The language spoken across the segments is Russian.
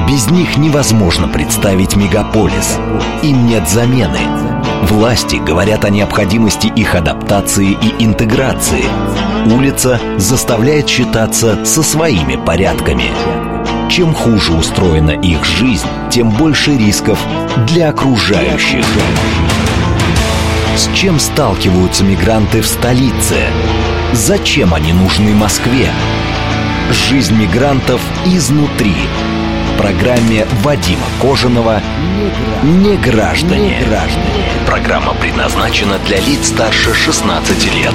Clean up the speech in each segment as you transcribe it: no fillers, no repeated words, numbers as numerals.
Без них невозможно представить мегаполис. Им нет замены. Власти говорят о необходимости их адаптации и интеграции. Улица заставляет считаться со своими порядками. Чем хуже устроена их жизнь, тем больше рисков для окружающих. С чем сталкиваются мигранты в столице? Зачем они нужны Москве? Жизнь мигрантов изнутри. В программе Вадима Кожаного «Неграждане». Программа предназначена для лиц старше 16 лет.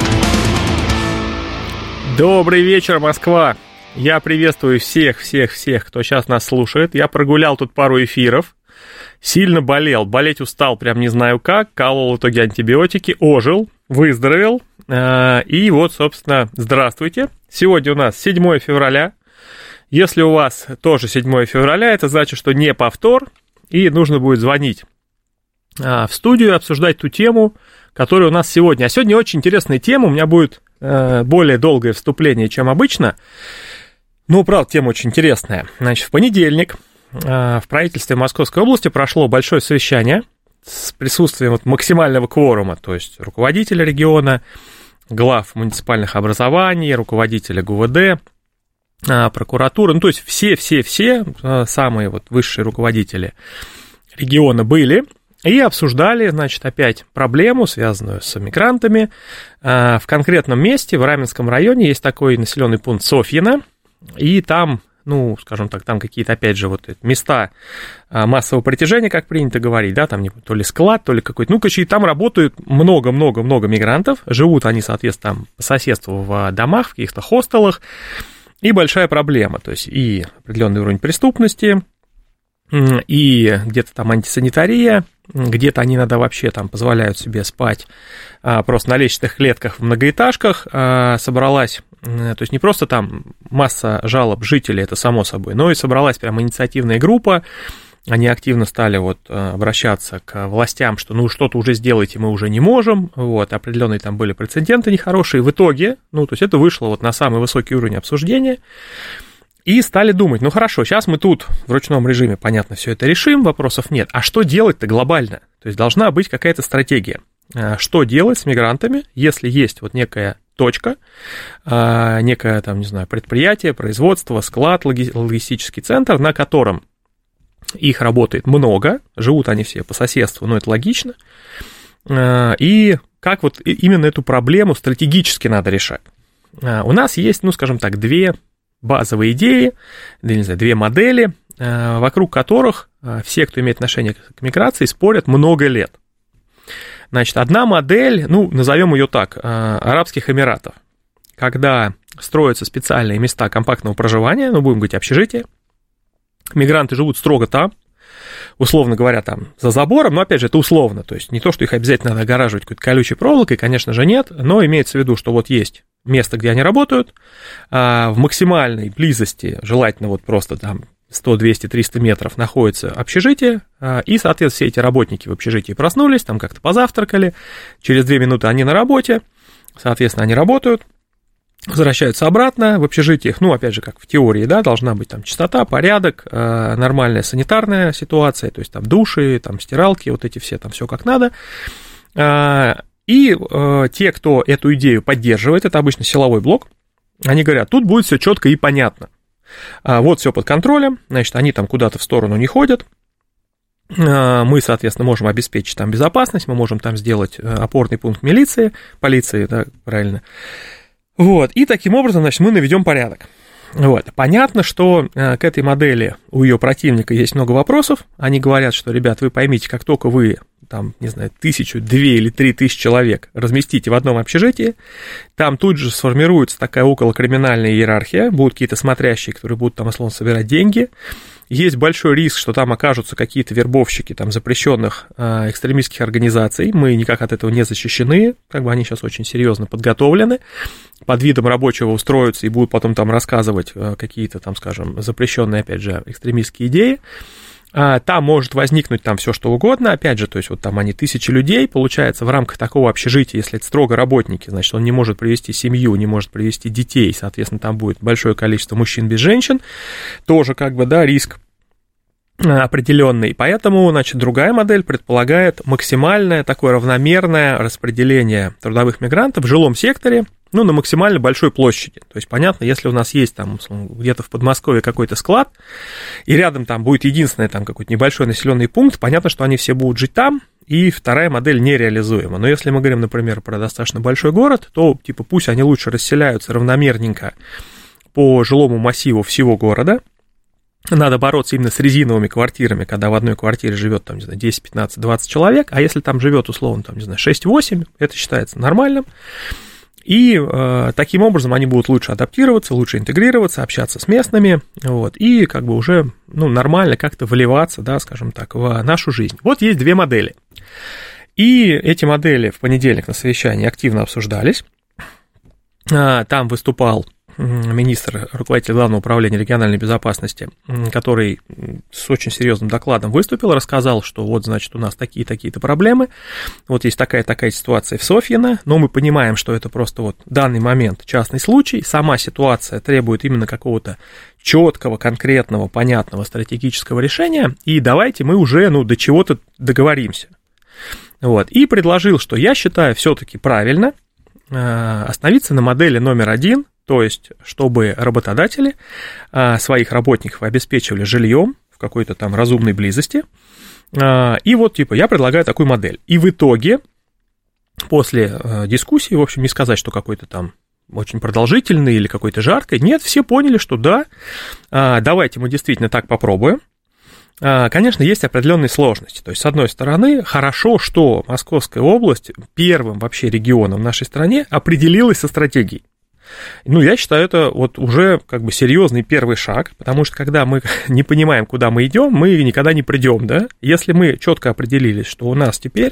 Добрый вечер, Москва! Я приветствую всех, кто сейчас нас слушает. Я прогулял тут пару эфиров. Сильно болел, болеть устал, прям не знаю как. Колол в итоге антибиотики, ожил, выздоровел. И вот, собственно, здравствуйте. Сегодня у нас 7 февраля. Если у вас тоже 7 февраля, это значит, что не повтор, и нужно будет звонить в студию и обсуждать ту тему, которая у нас сегодня. А сегодня очень интересная тема, у меня будет более долгое вступление, чем обычно. Ну, правда, тема очень интересная. Значит, в понедельник в правительстве Московской области прошло большое совещание с присутствием вот максимального кворума, то есть руководителя региона, глав муниципальных образований, руководителя ГУВД, прокуратуры, ну, то есть все самые вот высшие руководители региона были и обсуждали, значит, опять проблему, связанную с мигрантами. В конкретном месте, в Раменском районе, есть такой населенный пункт Софьино, и там, ну, скажем так, там какие-то, опять же, вот места массового притяжения, как принято говорить, да, там то ли склад, то ли какой-то, ну, короче, там работают много мигрантов, живут они, соответственно, там по соседству в домах, в каких-то хостелах, и большая проблема, то есть и определенный уровень преступности, и где-то там антисанитария, где-то они иногда вообще там позволяют себе спать просто на лестничных клетках в многоэтажках, собралась, то есть не просто там масса жалоб жителей, это само собой, но и собралась прям инициативная группа, они активно стали вот обращаться к властям, что ну что-то уже сделайте, мы уже не можем, вот, определенные там были прецеденты нехорошие, в итоге, ну, то есть это вышло вот на самый высокий уровень обсуждения, и стали думать, ну хорошо, сейчас мы тут в ручном режиме, понятно, все это решим, вопросов нет, а что делать-то глобально? То есть должна быть какая-то стратегия, что делать с мигрантами, если есть вот некая точка, некое там, не знаю, предприятие, производство, склад, логистический центр, на котором их работает много, живут они все по соседству, но это логично, и как вот именно эту проблему стратегически надо решать. У нас есть, ну, скажем так, две базовые идеи, не знаю, две модели, вокруг которых все, кто имеет отношение к миграции, спорят много лет. Значит, одна модель, ну, назовем ее так, Арабских Эмиратов, когда строятся специальные места компактного проживания, ну, будем говорить, общежития, мигранты живут строго там, условно говоря, там, за забором, но, опять же, это условно, то есть не то, что их обязательно надо огораживать какой-то колючей проволокой, конечно же, нет, но имеется в виду, что вот есть место, где они работают, в максимальной близости, желательно вот просто там 100, 200, 300 метров находится общежитие, и, соответственно, все эти работники в общежитии проснулись, там как-то позавтракали, через 2 минуты они на работе, соответственно, они работают, возвращаются обратно в общежитиях, ну, опять же, как в теории, да, должна быть там чистота, порядок, нормальная санитарная ситуация, то есть там души, там стиралки, вот эти все, там все как надо. И те, кто эту идею поддерживает, это обычно силовой блок, они говорят, тут будет все четко и понятно. Вот все под контролем, значит, они там куда-то в сторону не ходят, мы, соответственно, можем обеспечить там безопасность, мы можем там сделать опорный пункт полиции, да, правильно. Вот, и таким образом, значит, мы наведем порядок. Вот. Понятно, что к этой модели у ее противника есть много вопросов. Они говорят, что, ребят, вы поймите, как только вы, там, не знаю, 1000, 2 или 3 тысячи человек разместите в одном общежитии, там тут же сформируется такая околокриминальная иерархия, будут какие-то смотрящие, которые будут там, условно, собирать деньги. Есть большой риск, что там окажутся какие-то вербовщики там, запрещенных экстремистских организаций. Мы никак от этого не защищены, как бы они сейчас очень серьезно подготовлены. Под видом рабочего устроятся и будут потом там рассказывать какие-то там, скажем, запрещенные, опять же, экстремистские идеи. Там может возникнуть там все что угодно, опять же, то есть вот там они 1000 людей, получается, в рамках такого общежития, если это строго работники, значит, он не может привести семью, не может привести детей, соответственно, там будет большое количество мужчин без женщин, тоже как бы, да, риск. определенный. Поэтому, значит, другая модель предполагает максимальное такое равномерное распределение трудовых мигрантов в жилом секторе, ну, на максимально большой площади. То есть, понятно, если у нас есть там где-то в Подмосковье какой-то склад, и рядом там будет единственный там какой-то небольшой населенный пункт, понятно, что они все будут жить там, и вторая модель нереализуема. Но если мы говорим, например, про достаточно большой город, то, типа, пусть они лучше расселяются равномерненько по жилому массиву всего города. Надо бороться именно с резиновыми квартирами, когда в одной квартире живет, там, не знаю, 10, 15, 20 человек, а если там живет, условно, там, не знаю, 6-8, это считается нормальным. И таким образом они будут лучше адаптироваться, лучше интегрироваться, общаться с местными, вот, и как бы уже, ну, нормально как-то вливаться, да, скажем так, в нашу жизнь. Вот есть две модели. И эти модели в понедельник на совещании активно обсуждались. Там выступал министр, руководитель Главного управления региональной безопасности, который с очень серьезным докладом выступил, рассказал, что вот, значит, у нас такие-такие-то проблемы, вот есть такая-такая ситуация в Софьино, но мы понимаем, что это просто вот в данный момент частный случай, сама ситуация требует именно какого-то четкого, конкретного, понятного стратегического решения, и давайте мы уже, ну, до чего-то договоримся. Вот, и предложил, что я считаю все-таки правильно остановиться на модели номер 1, то есть, чтобы работодатели своих работников обеспечивали жильем в какой-то там разумной близости. И вот, типа, я предлагаю такую модель. И в итоге, после дискуссии, в общем, не сказать, что какой-то там очень продолжительный или какой-то жаркий, нет, все поняли, что да, давайте мы действительно так попробуем. Конечно, есть определенные сложности. То есть, с одной стороны, хорошо, что Московская область первым вообще регионом в нашей стране определилась со стратегией. Ну, я считаю, это вот уже как бы серьезный первый шаг, потому что когда мы не понимаем, куда мы идем, мы никогда не придем, да. Если мы четко определились, что у нас теперь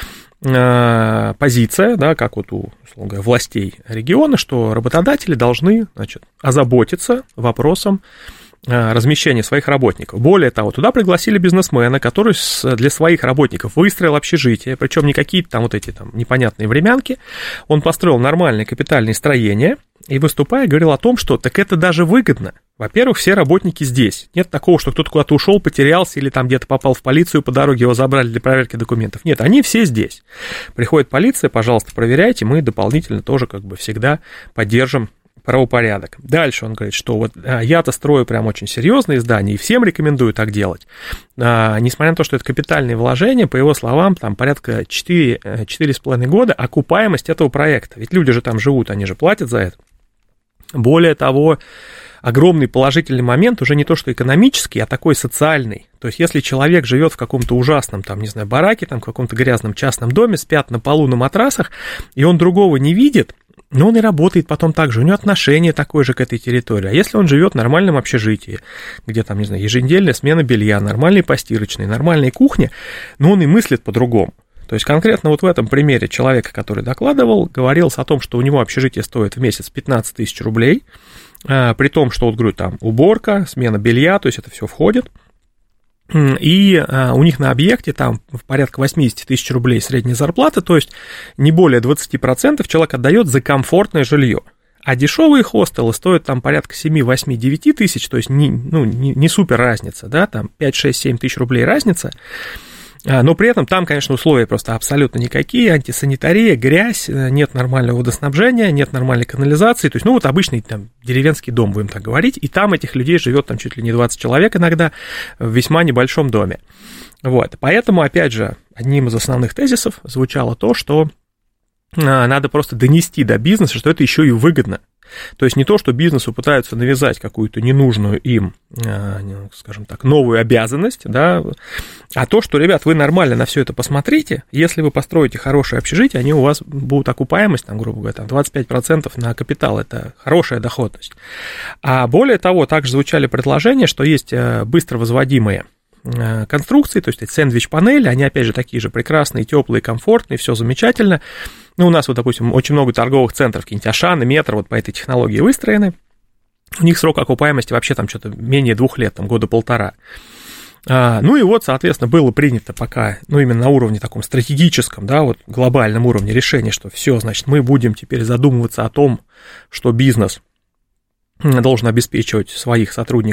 позиция, да, как вот у, условно говоря, властей региона, что работодатели должны, значит, озаботиться вопросом размещения своих работников. Более того, туда пригласили бизнесмена, который для своих работников выстроил общежитие, причем не какие-то там вот эти там непонятные времянки, он построил нормальные капитальные строения и, выступая, говорил о том, что так это даже выгодно. Во-первых, все работники здесь. Нет такого, что кто-то куда-то ушел, потерялся или там где-то попал в полицию, по дороге его забрали для проверки документов. Нет, они все здесь. Приходит полиция, пожалуйста, проверяйте, мы дополнительно тоже как бы всегда поддержим правопорядок. Дальше он говорит, что вот я-то строю прям очень серьезные здания и всем рекомендую так делать. Несмотря на то, что это капитальные вложения, по его словам, там порядка 4,5 года окупаемость этого проекта. Ведь люди же там живут, они же платят за это. Более того, огромный положительный момент уже не то, что экономический, а такой социальный. То есть, если человек живет в каком-то ужасном, там, не знаю, бараке, там, в каком-то грязном частном доме, спят на полу на матрасах, и он другого не видит, но он и работает потом так же, у него отношение такое же к этой территории. А если он живет в нормальном общежитии, где там, не знаю, еженедельная смена белья, нормальные постирочные, нормальные кухни, но он и мыслит по-другому. То есть конкретно вот в этом примере человека, который докладывал, говорилось о том, что у него общежитие стоит в месяц 15 тысяч рублей, при том, что, вот говорю, там уборка, смена белья, то есть это все входит. И у них на объекте там порядка 80 тысяч рублей средняя зарплата, то есть не более 20% человек отдает за комфортное жилье. А дешевые хостелы стоят там порядка 7, 8, 9 тысяч, то есть не супер разница, да, там 5, 6, 7 тысяч рублей разница. Но при этом там, конечно, условия просто абсолютно никакие, антисанитария, грязь, нет нормального водоснабжения, нет нормальной канализации, то есть, ну, вот обычный там деревенский дом, будем так говорить, и там этих людей живет там чуть ли не 20 человек иногда в весьма небольшом доме. Вот, поэтому, опять же, одним из основных тезисов звучало то, что надо просто донести до бизнеса, что это еще и выгодно. То есть не то, что бизнесу пытаются навязать какую-то ненужную им, скажем так, новую обязанность, да, а то, что, ребят, вы нормально на все это посмотрите, если вы построите хорошее общежитие, они у вас будут окупаемость, там, грубо говоря, там 25% на капитал, это хорошая доходность. А более того, также звучали предложения, что есть быстро возводимые конструкции, то есть это сэндвич-панели, они, опять же, такие же прекрасные, теплые, комфортные, все замечательно. Ну, у нас, вот, допустим, очень много торговых центров, какие-нибудь Ашаны, Метро, вот по этой технологии выстроены. У них срок окупаемости вообще там что-то менее 2 лет, там года 1,5. Ну и вот, соответственно, было принято пока, ну, именно на уровне таком стратегическом, да, вот глобальном уровне решения, что все, значит, мы будем теперь задумываться о том, что бизнес должен обеспечивать своих сотрудников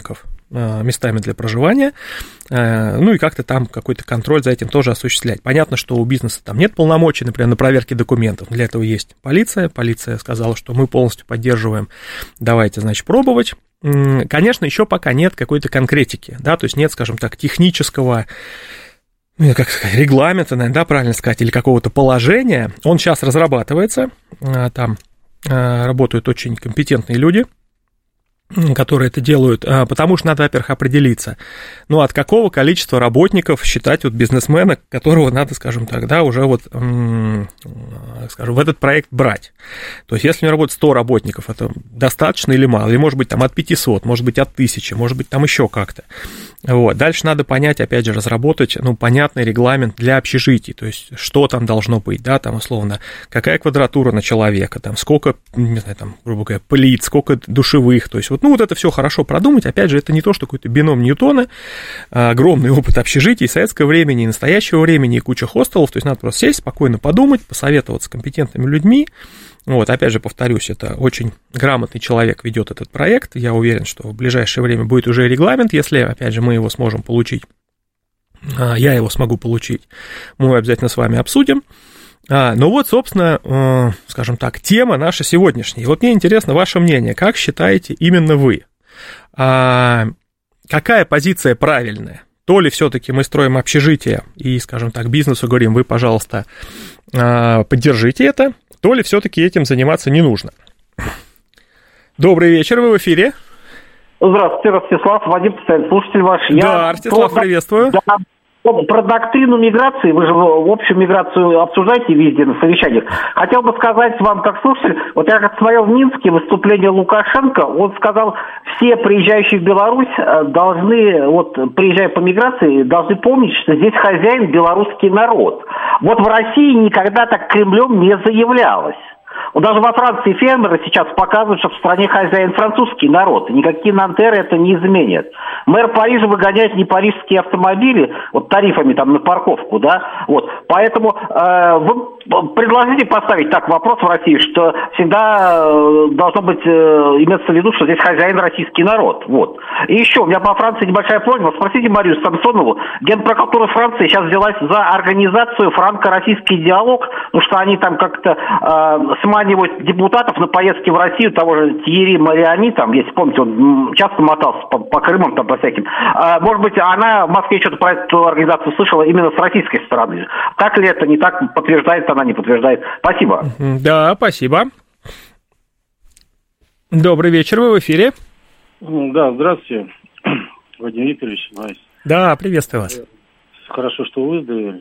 местами для проживания, ну и как-то там какой-то контроль за этим тоже осуществлять. Понятно, что у бизнеса там нет полномочий, например, на проверке документов, для этого есть полиция сказала, что мы полностью поддерживаем, давайте, значит, пробовать. Конечно, еще пока нет какой-то конкретики, да, то есть нет, скажем так, технического, ну, как сказать, регламента, наверное, да, правильно сказать, или какого-то положения. Он сейчас разрабатывается, там работают очень компетентные люди, которые это делают, потому что надо, во-первых, определиться, ну, от какого количества работников считать вот бизнесмена, которого надо, скажем так, да, уже вот, скажем, в этот проект брать. То есть, если у него работает 100 работников, это достаточно или мало, или, может быть, там от 500, может быть, от 1000, может быть, там еще как-то. Вот. Дальше надо понять, опять же, разработать, ну, понятный регламент для общежитий, то есть, что там должно быть, да, там, условно, какая квадратура на человека, там, сколько, не знаю, там, грубо говоря, плит, сколько душевых, то есть, вот, ну, вот это все хорошо продумать, опять же, это не то, что какой-то бином Ньютона, огромный опыт общежитий советского времени и настоящего времени, и куча хостелов, то есть, надо просто сесть, спокойно подумать, посоветоваться с компетентными людьми. Вот, опять же, повторюсь, это очень грамотный человек ведет этот проект, я уверен, что в ближайшее время будет уже регламент, если, опять же, мы его сможем получить, я его смогу получить, мы обязательно с вами обсудим. Ну вот, собственно, скажем так, тема наша сегодняшняя. И вот мне интересно ваше мнение, как считаете именно вы? Какая позиция правильная? То ли все-таки мы строим общежитие и, скажем так, бизнесу говорим, вы, пожалуйста, поддержите это, то ли все-таки этим заниматься не нужно? Добрый вечер, вы в эфире. Здравствуйте, Ростислав, Вадим, постоянный слушатель ваш. Да, Ростислав, приветствую. Да, про доктрину миграции, вы же в общем миграцию обсуждаете везде на совещаниях. Хотел бы сказать вам, как слушатель, вот я как смотрел в Минске выступление Лукашенко, он сказал, все приезжающие в Беларусь должны, вот приезжая по миграции, должны помнить, что здесь хозяин белорусский народ. Вот в России никогда так Кремлем не заявлялось. Вот даже во Франции фермеры сейчас показывают, что в стране хозяин французский народ. И никакие нантеры это не изменят. Мэр Парижа выгоняет не парижские автомобили, вот тарифами там на парковку, да. Вот. Поэтому вы предложите поставить так вопрос в России, что всегда должно быть иметься в виду, что здесь хозяин российский народ. Вот. И еще, у меня по Франции небольшая просьба. Спросите Марию Самсонову, Генпрокуратура Франции сейчас взялась за организацию франко-российский диалог, потому что они там как-то сманивают депутатов на поездки в Россию, того же Тьерри Мариани, там, если помните, он часто мотался по Крымам, там, по всяким. Может быть, она в Москве что-то про эту организацию слышала именно с российской стороны. Так ли это, не так, подтверждает она, не подтверждает. Спасибо. Да, спасибо. Добрый вечер, вы в эфире. Да, здравствуйте, Вадим Викторович. Да, приветствую вас. Хорошо, что выздоровели.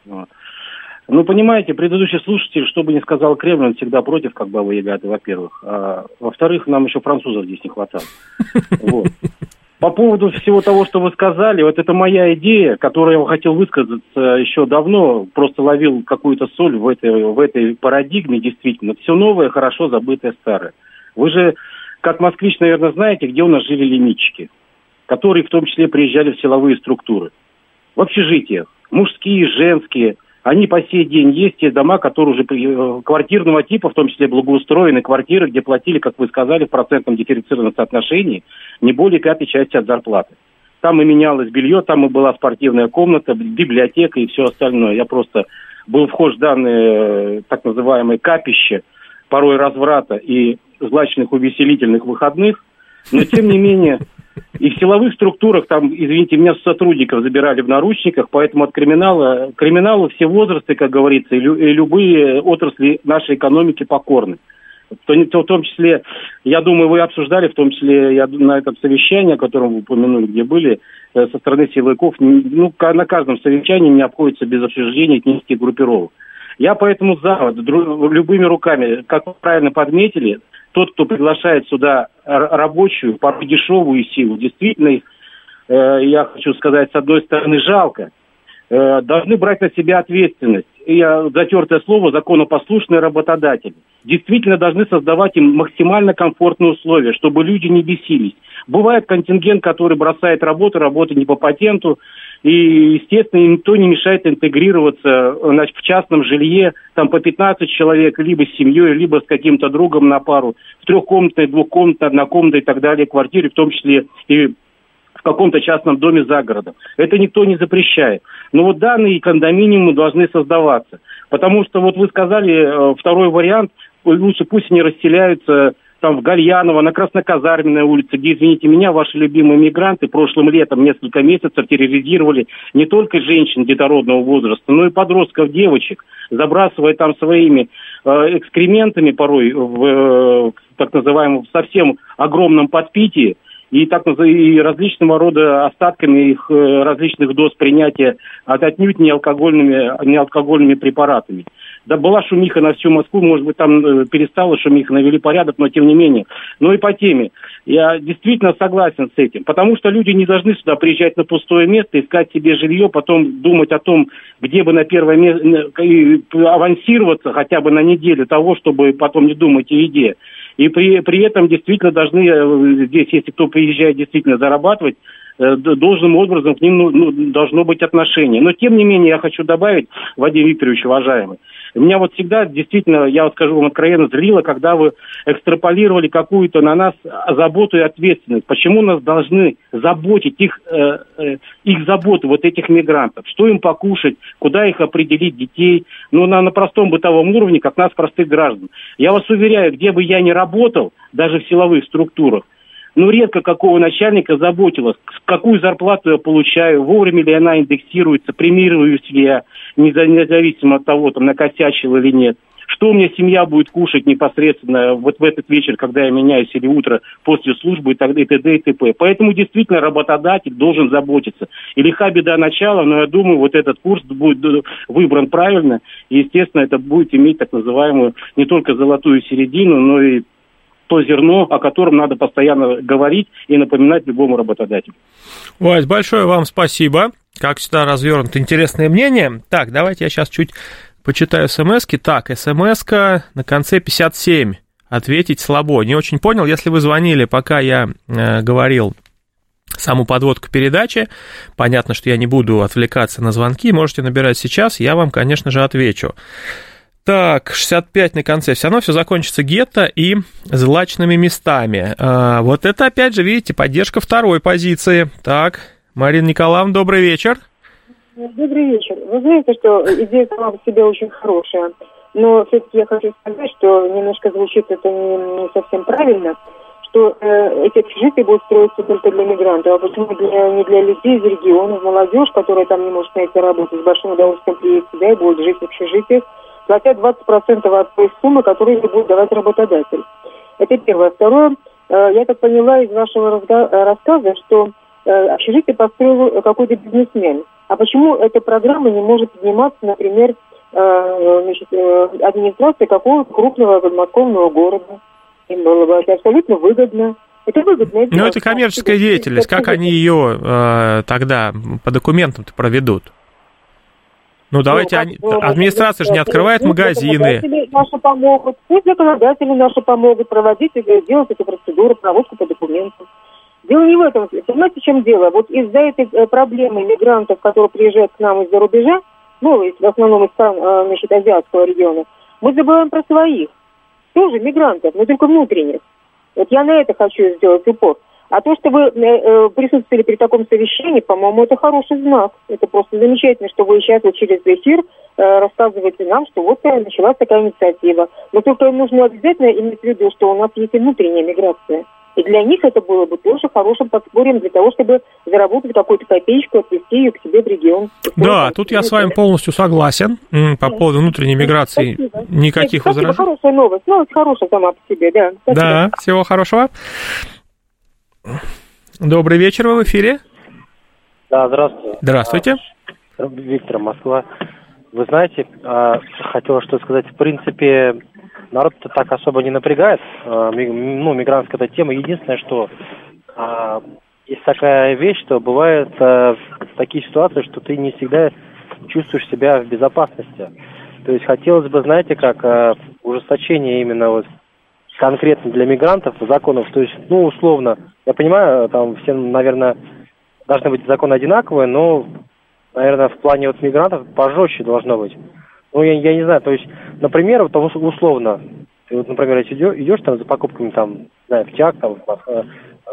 Ну, понимаете, предыдущий слушатель, что бы ни сказал Кремль, он всегда против, как Баба Яга, во-первых. А во-вторых, нам еще французов здесь не хватало. Вот. По поводу всего того, что вы сказали, вот это моя идея, которую я хотел высказаться еще давно, просто ловил какую-то соль в этой парадигме, действительно. Все новое, хорошо забытое старое. Вы же, как москвич, наверное, знаете, где у нас жили лимитчики, которые в том числе приезжали в силовые структуры. В общежитиях, мужские, женские. Они по сей день есть, те дома, которые уже квартирного типа, в том числе благоустроенные квартиры, где платили, как вы сказали, в процентном дифференцированном соотношении не более 5 части от зарплаты. Там и менялось белье, там и была спортивная комната, библиотека и все остальное. Я просто был вхож в данные так называемые капища, порой разврата и злачных увеселительных выходных, но тем не менее... И в силовых структурах, там, извините, меня сотрудников забирали в наручниках, поэтому от криминалу все возрасты, как говорится, и любые отрасли нашей экономики покорны. В том числе, я думаю, вы обсуждали, в том числе на этом совещании, о котором вы упомянули, где были, со стороны силовиков, ну, на каждом совещании не обходится без обсуждения этнических группировок. Я поэтому за, любыми руками, как вы правильно подметили, тот, кто приглашает сюда рабочую, порой дешевую силу, действительно, я хочу сказать, с одной стороны, жалко, должны брать на себя ответственность. И затертое слово, законопослушные работодатели. Действительно должны создавать им максимально комфортные условия, чтобы люди не бесились. Бывает контингент, который бросает работу не по патенту, и, естественно, никто не мешает интегрироваться, значит, в частном жилье, там по 15 человек, либо с семьей, либо с каким-то другом на пару, в трехкомнатной, двухкомнатной, однокомнатной и так далее квартире, в том числе и в каком-то частном доме за городом. Это никто не запрещает. Но вот данные кондоминиумы должны создаваться. Потому что вот вы сказали, второй вариант, лучше пусть они расселяются там в Гальяново, на Красноказарменной улице, где, извините меня, ваши любимые мигранты прошлым летом несколько месяцев терроризировали не только женщин детородного возраста, но и подростков, девочек, забрасывая там своими экскрементами порой в так называемом совсем огромном подпитии и различного рода остатками их различных доз принятия отнюдь не алкогольными препаратами. Да, была шумиха на всю Москву, может быть, там перестала шумиха, навели порядок, но тем не менее. Ну и по теме. Я действительно согласен с этим, потому что люди не должны сюда приезжать на пустое место, искать себе жилье, потом думать о том, где бы на первое место авансироваться хотя бы на неделю того, чтобы потом не думать о еде. И при этом действительно должны здесь, если кто приезжает действительно зарабатывать, должным образом к ним должно быть отношение. Но тем не менее я хочу добавить, Вадим Викторович, уважаемый, меня вот всегда действительно, я вот скажу вам откровенно, злило, когда вы экстраполировали какую-то на нас заботу и ответственность. Почему нас должны заботить их заботы, вот этих мигрантов? Что им покушать, куда их определить, детей? Ну, на простом бытовом уровне, как нас, простых граждан. Я вас уверяю, где бы я ни работал, даже в силовых структурах, ну, редко какого начальника заботилось, какую зарплату я получаю, вовремя ли она индексируется, премируюсь ли я, независимо от того, там, накосячил или нет. Что у меня семья будет кушать непосредственно вот в этот вечер, когда я меняюсь, или утро после службы и т.д. и т.п. Поэтому действительно работодатель должен заботиться. И лиха беда начала, но я думаю, вот этот курс будет выбран правильно. И, естественно, это будет иметь так называемую не только золотую середину, но и то зерно, о котором надо постоянно говорить и напоминать любому работодателю. Вась, большое вам спасибо. Как всегда, развернуто интересное мнение. Так, давайте я сейчас чуть почитаю смс-ки. Так, смс-ка на конце 57. Ответить слабо. Не очень понял, если вы звонили, пока я говорил саму подводку передачи. Понятно, что я не буду отвлекаться на звонки. Можете набирать сейчас, я вам, конечно же, отвечу. Так, 65 на конце. Все равно все закончится гетто и злачными местами. Вот это, опять же, видите, поддержка второй позиции. Так, Марина Николаевна, добрый вечер. Добрый вечер. Вы знаете, что идея сама по себе очень хорошая, но все-таки я хочу сказать, что немножко звучит это не совсем правильно, что эти общежития будут строиться только для мигрантов, а почему не для людей из регионов, молодежь, которая там не может найти работу, с большим удовольствием приедет сюда и будет жить в общежитиях, платя 20% от той суммы, которую ей будет давать работодатель. Это первое. Второе, я так поняла из вашего рассказа, что общежитие построил какой-то бизнесмен. А почему эта программа не может заниматься, например, администрацией какого-то крупного подмосковного города? Им было бы это абсолютно выгодно. Это выгодно. Но это коммерческая деятельность. Как они ее тогда по документам-то проведут? Ну, давайте, администрация же не открывает магазины. Пусть законодатели наши помогут проводить и делать эти процедуры, проводку по документам. Дело не в этом. Понимаете, в чем дело? Вот из-за этой проблемы мигрантов, которые приезжают к нам из-за рубежа, ну, в основном из стран, азиатского региона, мы забываем про своих. Тоже мигрантов, но только внутренних. Вот я на это хочу сделать упор. А то, что вы присутствовали при таком совещании, по-моему, это хороший знак. Это просто замечательно, что вы сейчас вот через эфир рассказываете нам, что вот началась такая инициатива. Но только нужно обязательно иметь в виду, что у нас есть и внутренняя миграция. И для них это было бы тоже хорошим подспорьем для того, чтобы заработать какую-то копеечку, отвезти ее к себе в регион. Да, тут я с вами полностью согласен по поводу внутренней миграции. Спасибо. Никаких возражений. Хорошая новость. Новость хорошая сама по себе, да. Спасибо. Да, всего хорошего. Добрый вечер, вы в эфире. Да, здравствуйте. Здравствуйте. Виктор, Москва. Вы знаете, хотел что сказать, в принципе, народ-то так особо не напрягает, мигрантская эта тема. Единственное, что есть такая вещь, что бывают такие ситуации, что ты не всегда чувствуешь себя в безопасности. То есть хотелось бы, знаете, как ужесточение именно вот конкретно для мигрантов законов, то есть, ну, условно, я понимаю, там все, наверное, должны быть законы одинаковые, но, наверное, в плане вот мигрантов пожестче должно быть. Ну, я не знаю, то есть, например, вот условно, ты вот, например, если идешь там за покупками, там, не знаю, в ТИАК, там,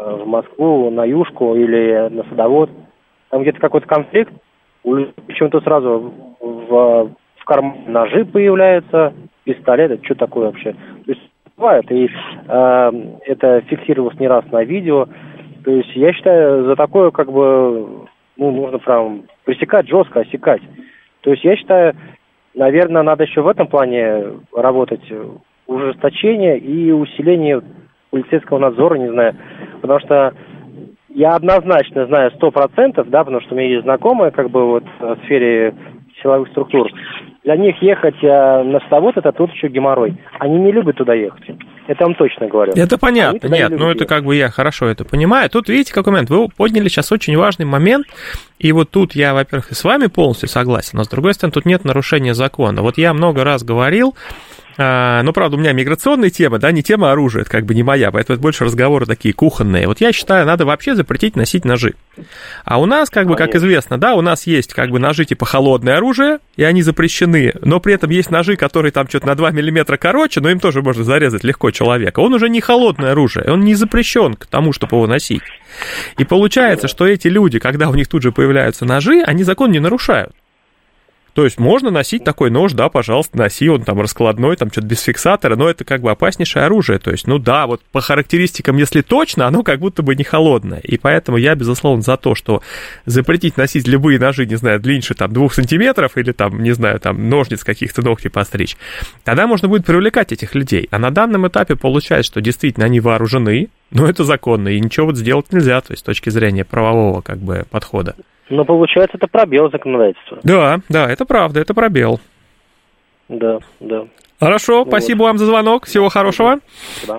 в Москву, на Юшку или на Садовод, там где-то какой-то конфликт, почему-то сразу в кармане ножи появляются, пистолет, это что такое вообще? То есть бывает, и это фиксировалось не раз на видео. То есть я считаю, за такое как бы, нужно прям пресекать, жестко осекать. То есть я считаю, наверное, надо еще в этом плане работать, ужесточение и усиление полицейского надзора, не знаю, потому что я однозначно знаю 100%, да, потому что у меня есть знакомые, как бы вот в сфере силовых структур. Для них ехать на Садовод — это тот еще геморрой. Они не любят туда ехать. Это я вам точно говорю. Это понятно. Нет, это как бы я хорошо это понимаю. Тут, видите, какой момент. Вы подняли сейчас очень важный момент. И вот тут я, во-первых, и с вами полностью согласен, но, с другой стороны, тут нет нарушения закона. Вот я много раз говорил, правда, у меня миграционная тема, да, не тема оружия, это как бы не моя, поэтому это больше разговоры такие кухонные. Вот я считаю, надо вообще запретить носить ножи. А у нас, как бы, как известно, да, у нас есть как бы ножи типа холодное оружие, и они запрещены, но при этом есть ножи, которые там что-то на 2 миллиметра короче, но им тоже можно зарезать легко человека. Он уже не холодное оружие, он не запрещен к тому, чтобы его носить. И получается, что эти люди, когда у них тут же появляются ножи, они закон не нарушают. То есть можно носить такой нож, да, пожалуйста, носи, он там раскладной, там что-то без фиксатора, но это как бы опаснейшее оружие. То есть, вот по характеристикам, если точно, оно как будто бы не холодное. И поэтому я, безусловно, за то, что запретить носить любые ножи, не знаю, длиннее там 2 сантиметров или там, не знаю, там ножниц каких-то ногти постричь. Тогда можно будет привлекать этих людей. А на данном этапе получается, что действительно они вооружены, но это законно, и ничего вот сделать нельзя, то есть с точки зрения правового как бы подхода. Но получается, это пробел законодательства. Да, это правда, это пробел. Да. Хорошо, спасибо вам за звонок, всего хорошего. Да.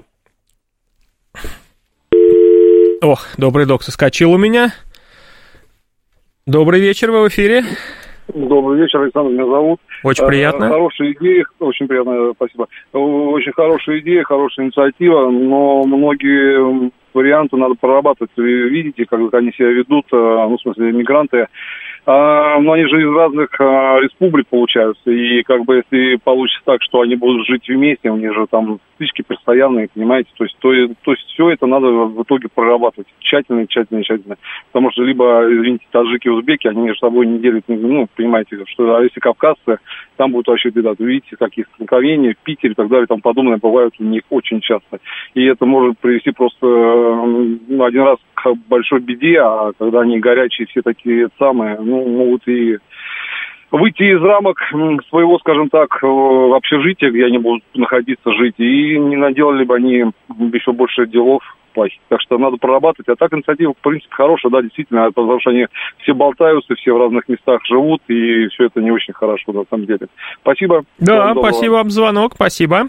Ох, добрый док соскочил у меня. Добрый вечер, вы в эфире. Добрый вечер, Александр, меня зовут. Очень приятно. Хорошая идея, очень приятно, спасибо. Очень хорошая идея, хорошая инициатива, но многие варианты надо прорабатывать. Вы видите, как они себя ведут, в смысле, мигранты. Но они же из разных республик получаются, и как бы если получится так, что они будут жить вместе, у них же там стычки постоянные, понимаете, то есть все это надо в итоге прорабатывать тщательно. Потому что либо, извините, таджики, узбеки, они между собой не делят, понимаете, что если кавказцы, там будет вообще беда. Вы видите, какие столкновения в Питере и так далее, там подобное бывают у них очень часто. И это может привести просто один раз к большой беде, а когда они горячие, все такие самые, могут и выйти из рамок своего, скажем так, общежития, где они будут находиться, жить, и не наделали бы они еще больше делов плохих. Так что надо прорабатывать. А так инициатива, в принципе, хорошая, да, действительно, потому что они все болтаются, все в разных местах живут, и все это не очень хорошо, на самом деле. Спасибо. Да, спасибо вам за звонок, спасибо.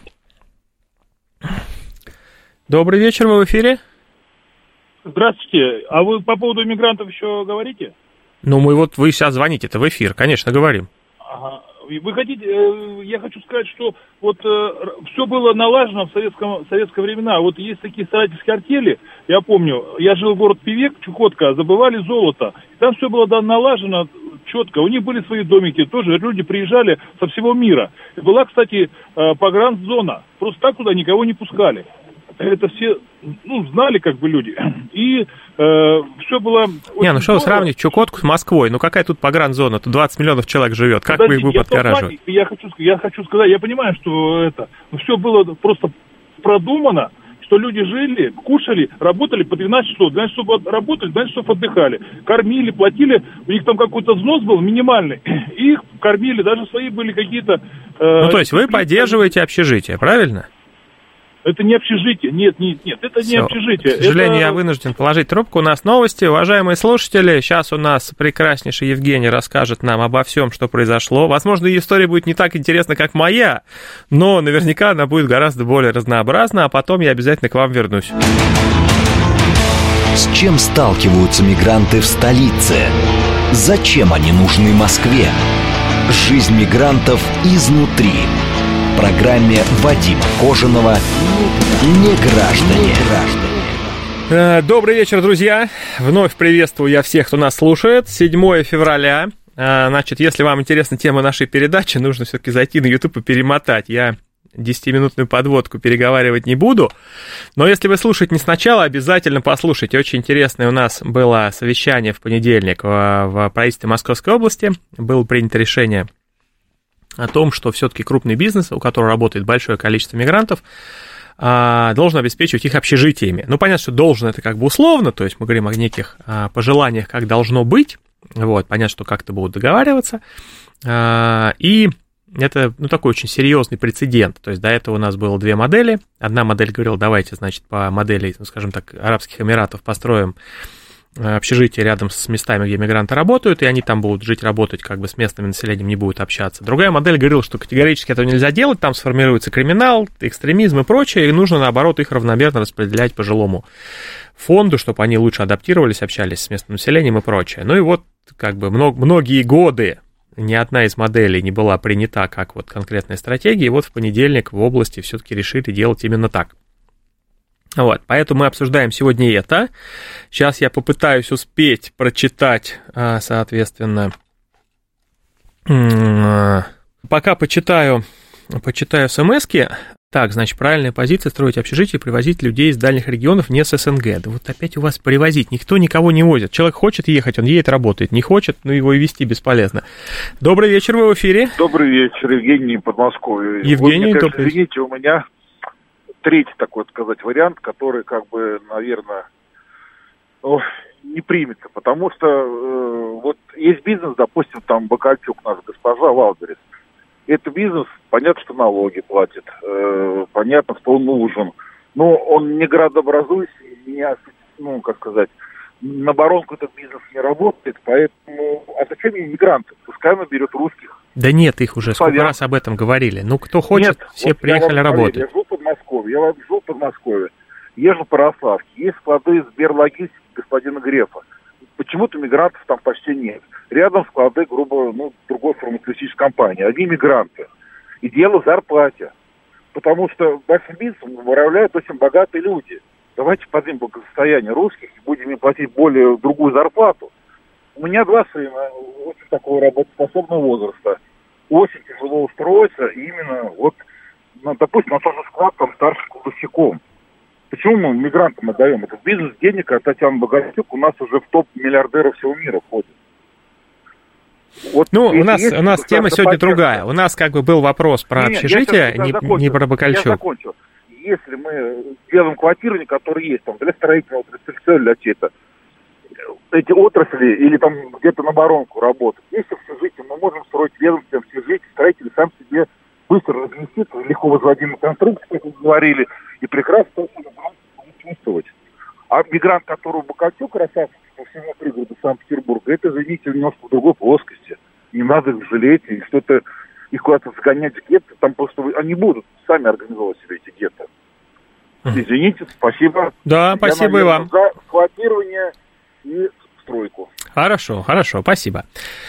Добрый вечер, вы в эфире. Здравствуйте. А вы по поводу мигрантов еще говорите? Вы сейчас звоните-то в эфир, конечно, говорим. Ага. Вы хотите, я хочу сказать, что вот все было налажено в советское времена. Вот есть такие старательские артели, я помню, я жил в город Певек, Чукотка, забывали золото. Там все было налажено четко, у них были свои домики, тоже люди приезжали со всего мира. И была, кстати, погранзона, просто так туда никого не пускали. Это все, знали как бы люди. И все было... что вы сравниваете Чукотку с Москвой? Какая тут погранзона? Тут 20 миллионов человек живет. Как вы их будете отгораживать? Я хочу сказать, я понимаю, что все было просто продумано, что люди жили, кушали, работали по 12 часов. 12 часов работали, 12 часов отдыхали. Кормили, платили. У них там какой-то взнос был минимальный. Их кормили, даже свои были какие-то... то есть вы поддерживаете общежитие, правильно? Это не общежитие, нет, это не общежитие. К сожалению, я вынужден положить трубку. У нас новости. Уважаемые слушатели, сейчас у нас прекраснейший Евгений расскажет нам обо всем, что произошло. Возможно, ее история будет не так интересна, как моя, но наверняка она будет гораздо более разнообразна, а потом я обязательно к вам вернусь. С чем сталкиваются мигранты в столице? Зачем они нужны Москве? Жизнь мигрантов изнутри. В программе Вадима Кожаного «Неграждане». Добрый вечер, друзья. Вновь приветствую я всех, кто нас слушает. 7 февраля. Значит, если вам интересна тема нашей передачи, нужно все-таки зайти на YouTube и перемотать. Я 10-минутную подводку переговаривать не буду. Но если вы слушаете не сначала, обязательно послушайте. Очень интересное у нас было совещание в понедельник в правительстве Московской области. Было принято решение о том, что все-таки крупный бизнес, у которого работает большое количество мигрантов, должен обеспечивать их общежитиями. Ну, понятно, что должен это как бы условно, то есть мы говорим о неких пожеланиях, как должно быть. Вот, понятно, что как-то будут договариваться. И это, ну, такой очень серьезный прецедент. То есть до этого у нас было две модели. Одна модель говорила, давайте, значит, по модели, ну, скажем так, Арабских Эмиратов построим общежитие рядом с местами, где мигранты работают, и они там будут жить, работать, как бы с местным населением не будут общаться. Другая модель говорила, что категорически этого нельзя делать, там сформируется криминал, экстремизм и прочее, и нужно, наоборот, их равномерно распределять по жилому фонду, чтобы они лучше адаптировались, общались с местным населением и прочее. Ну и вот, как бы, многие годы ни одна из моделей не была принята как вот конкретная стратегия, и вот в понедельник в области все-таки решили делать именно так. Вот, поэтому мы обсуждаем сегодня это. Сейчас я попытаюсь успеть прочитать, соответственно, пока почитаю смс-ки. Так, значит, правильная позиция — строить общежитие и привозить людей из дальних регионов не с СНГ. Да вот опять у вас привозить, никто никого не возит. Человек хочет ехать, он едет, работает. Не хочет, ну его и везти бесполезно. Добрый вечер, вы в эфире. Добрый вечер, Евгений, Подмосковье. Евгений, вы, мне кажется, извините, у меня третий такой, сказать, вариант, который, как бы, наверное, не примется, потому что вот есть бизнес, допустим, там Бакальчук, наша госпожа Валберес. Это бизнес, понятно, что налоги платит, понятно, что он нужен, но он не градообразующий, ну, как сказать, на баронку этот бизнес не работает, поэтому, а зачем иммигранты? Пускай он берет русских. Да нет, их уже сколько раз об этом говорили. Ну, кто хочет, нет, все вот приехали работать. Я живу в Подмосковье, езжу по Рославке, есть склады Сберлогистики господина Грефа. Почему-то мигрантов там почти нет. Рядом склады, грубо, другой фармацевтической компании. Одни мигранты. И дело в зарплате. Потому что большим бизнесом управляют очень богатые люди. Давайте поднимем благосостояние русских и будем им платить более другую зарплату. У меня два сына, очень такого работоспособного возраста. Очень тяжело устроиться именно вот, допустим, на тот же склад там старшим кладовщиком. Почему мы мигрантам отдаем? Это бизнес денег, а Татьяна Богатюк у нас уже в топ миллиардеров всего мира входит. Вот у нас тема сегодня другая. У нас как бы был вопрос про общежитие, не про Бакальчук. Я закончил. Если мы делаем квартиры, которые есть там для строительного, для чего-то, эти отрасли или там где-то на баронку работают. Если общежитие, мы можем строить ведомство общежитие, строитель сам себе быстро разместит, легко возводимые конструкции, как вы говорили, и прекрасно чувствовать. А мигрант, которого Бакальчук красавчик по всему пригороду Санкт-Петербурга, это, извините, немножко в другой плоскости. Не надо их жалеть и что-то их куда-то загонять в гетто, там просто они будут сами организовывать себе эти гетто. Извините, спасибо. Да, спасибо и вам. За сквотирование и стройку. Хорошо, спасибо.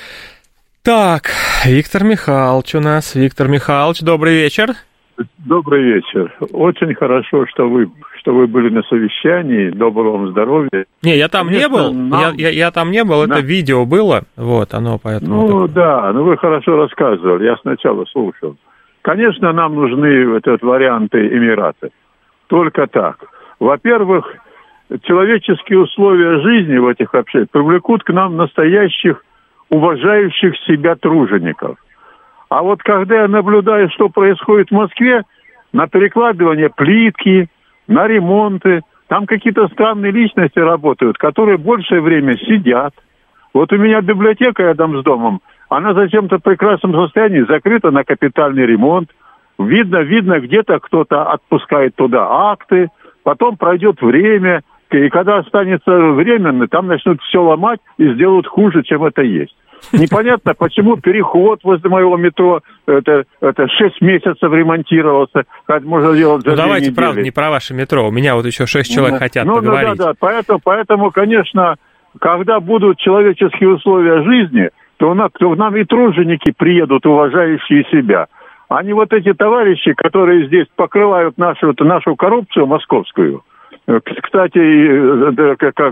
Так, Виктор Михайлович у нас. Виктор Михайлович, добрый вечер. Добрый вечер. Очень хорошо, что вы были на совещании. Доброго вам здоровья. Не, я там не был. Я там не был, это видео было. Вот, оно поэтому... Ну, да, вы хорошо рассказывали. Я сначала слушал. Конечно, нам нужны варианты Эмираты. Только так. Во-первых, человеческие условия жизни в этих обществах привлекут к нам настоящих, уважающих себя тружеников. А вот когда я наблюдаю, что происходит в Москве, на перекладывание плитки, на ремонты, там какие-то странные личности работают, которые большее время сидят. Вот у меня библиотека рядом с домом, она зачем-то в прекрасном состоянии закрыта на капитальный ремонт. Видно, где-то кто-то отпускает туда акты, потом пройдет время, и когда останется временно, там начнут все ломать и сделают хуже, чем это есть. Непонятно, почему переход возле моего метро, это 6 месяцев ремонтировался, как можно делать за 2 недели. Давайте, правда, не про ваше метро, у меня вот еще 6 человек хотят поговорить. Да, поэтому, конечно, когда будут человеческие условия жизни, то нам и труженики приедут, уважающие себя. А не вот эти товарищи, которые здесь покрывают нашу коррупцию московскую. Кстати,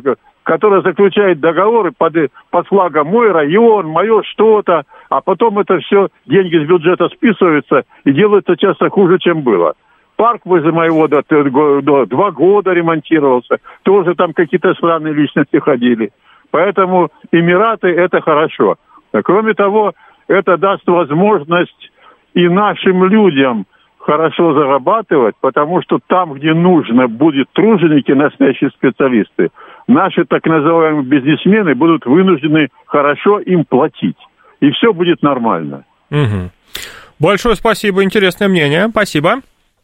которая заключает договоры под флагом «мой район», «мое что-то», а потом это все, деньги с бюджета списываются и делается часто хуже, чем было. Парк возле моего 2 года ремонтировался, тоже там какие-то странные личности ходили. Поэтому Эмираты – это хорошо. Кроме того, это даст возможность и нашим людям хорошо зарабатывать, потому что там, где нужно, будут труженики, настоящие специалисты. Наши так называемые бизнесмены будут вынуждены хорошо им платить. И все будет нормально. Угу. Большое спасибо, интересное мнение. Спасибо.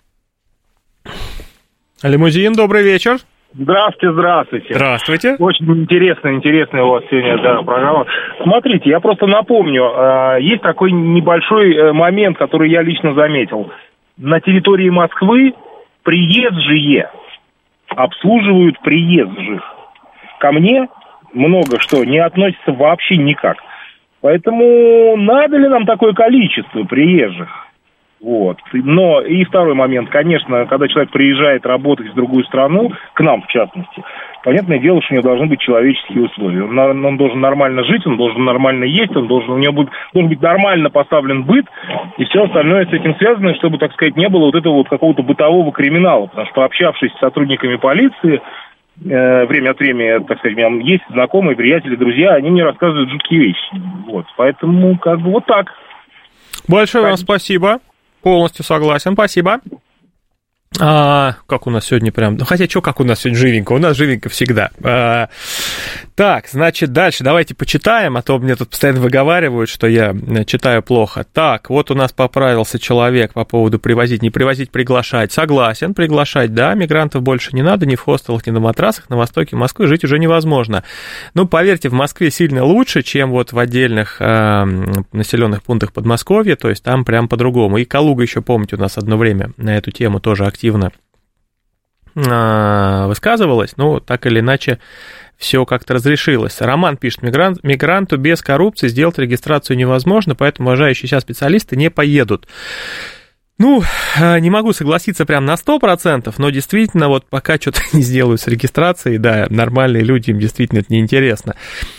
Лимузин, добрый вечер. Здравствуйте. Здравствуйте. Очень интересная у вас сегодня программа. Смотрите, я просто напомню, есть такой небольшой момент, который я лично заметил. На территории Москвы приезжие обслуживают приезжих. Ко мне много что не относится вообще никак. Поэтому надо ли нам такое количество приезжих? Вот. Но и второй момент, конечно, когда человек приезжает работать в другую страну, к нам в частности, понятное дело, что у него должны быть человеческие условия. Он должен нормально жить, он должен нормально есть, у него должен быть нормально поставлен быт, и все остальное с этим связано, чтобы, так сказать, не было вот этого вот какого-то бытового криминала. Потому что, общавшись с сотрудниками полиции, время от времени, так сказать, у меня есть знакомые, приятели, друзья, они мне рассказывают жуткие вещи. Вот. Поэтому как бы вот так. Большое вам спасибо. Полностью согласен, спасибо. Как у нас сегодня прям... Хотя, как у нас сегодня живенько? У нас живенько всегда. Так, значит, дальше давайте почитаем, а то мне тут постоянно выговаривают, что я читаю плохо. Так, вот у нас поправился человек по поводу привозить, не привозить, приглашать. Согласен, приглашать, да, мигрантов больше не надо, ни в хостелах, ни на матрасах, на востоке Москвы жить уже невозможно. Ну, поверьте, в Москве сильно лучше, чем вот в отдельных населенных пунктах Подмосковья, то есть там прям по-другому. И Калуга еще, помните, у нас одно время на эту тему тоже активно высказывалась, но так или иначе все как-то разрешилось. Роман пишет, мигранту без коррупции сделать регистрацию невозможно, поэтому уважающие себя специалисты не поедут. Ну, не могу согласиться прям на 100%, но действительно, вот пока что-то не сделают с регистрацией, да, нормальные люди, им действительно это неинтересно.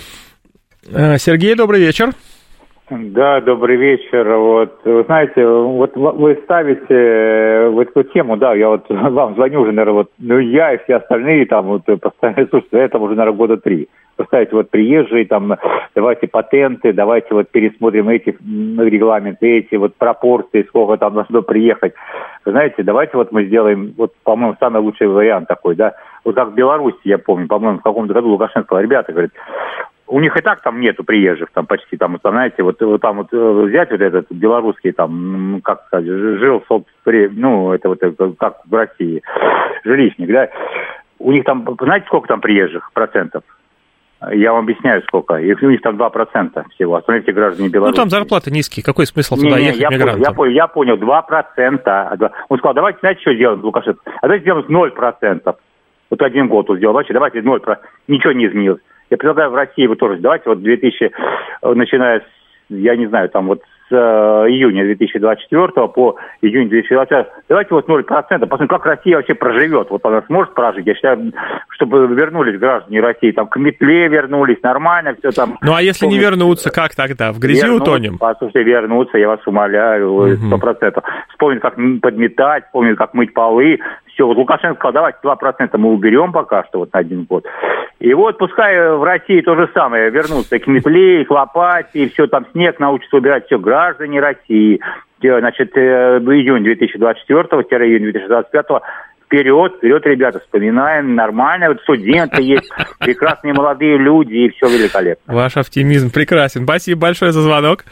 Сергей, добрый вечер. Да, добрый вечер. Вот, вы знаете, вот вы ставите вот эту тему, да, я вот вам звоню уже, наверное, вот, ну, я и все остальные там вот постоянно, слушайте, это уже, наверное, года 3. Поставить вот приезжие, там, давайте патенты, давайте вот пересмотрим эти регламенты, эти вот пропорции, сколько там должно приехать. Вы знаете, давайте вот мы сделаем, вот, по-моему, самый лучший вариант такой, да, вот как в Беларуси, я помню, по-моему, в каком-то году Лукашенко сказал, ребята, говорит, у них и так там нету приезжих, там почти, там, знаете, вот там вот взять вот этот белорусский, там, как сказать, жил, ну, это вот как в России, жилищник, да, у них там, знаете, сколько там приезжих процентов? Я вам объясняю, сколько. У них там 2% всего, остальные все граждане Беларуси. Ну, там зарплаты низкие, какой смысл туда ехать мигрантам? Я понял, 2%. Он сказал, давайте, знаете, что делать, Лукашенко? А давайте сделаем 0%. Вот 1 год он сделал, давайте 0%. Ничего не изменилось. Я предлагаю в России вы тоже, давайте вот 2000, начиная с, я не знаю, там вот с июня 2024 по июнь 2025, давайте вот 0%, посмотрим, как Россия вообще проживет. Вот она сможет прожить. Я считаю, чтобы вернулись граждане России, там к метле вернулись, нормально все там. Ну а если не вернутся, как тогда? В грязи утонем? Послушайте, вернуться, я вас умоляю, 100%. Вспомнить, как подметать, вспомнить, как мыть полы. Все, вот Лукашенко сказал, давайте 2% мы уберем пока что вот на 1 год. И вот пускай в России то же самое, вернутся к метле, к лопате, и все там снег научатся убирать, все граждане России. Значит, июнь 2024-июнь 2025 вперед, ребята, вспоминаем, нормально, вот студенты есть, прекрасные молодые люди, и все великолепно. Ваш оптимизм прекрасен. Спасибо большое за звонок.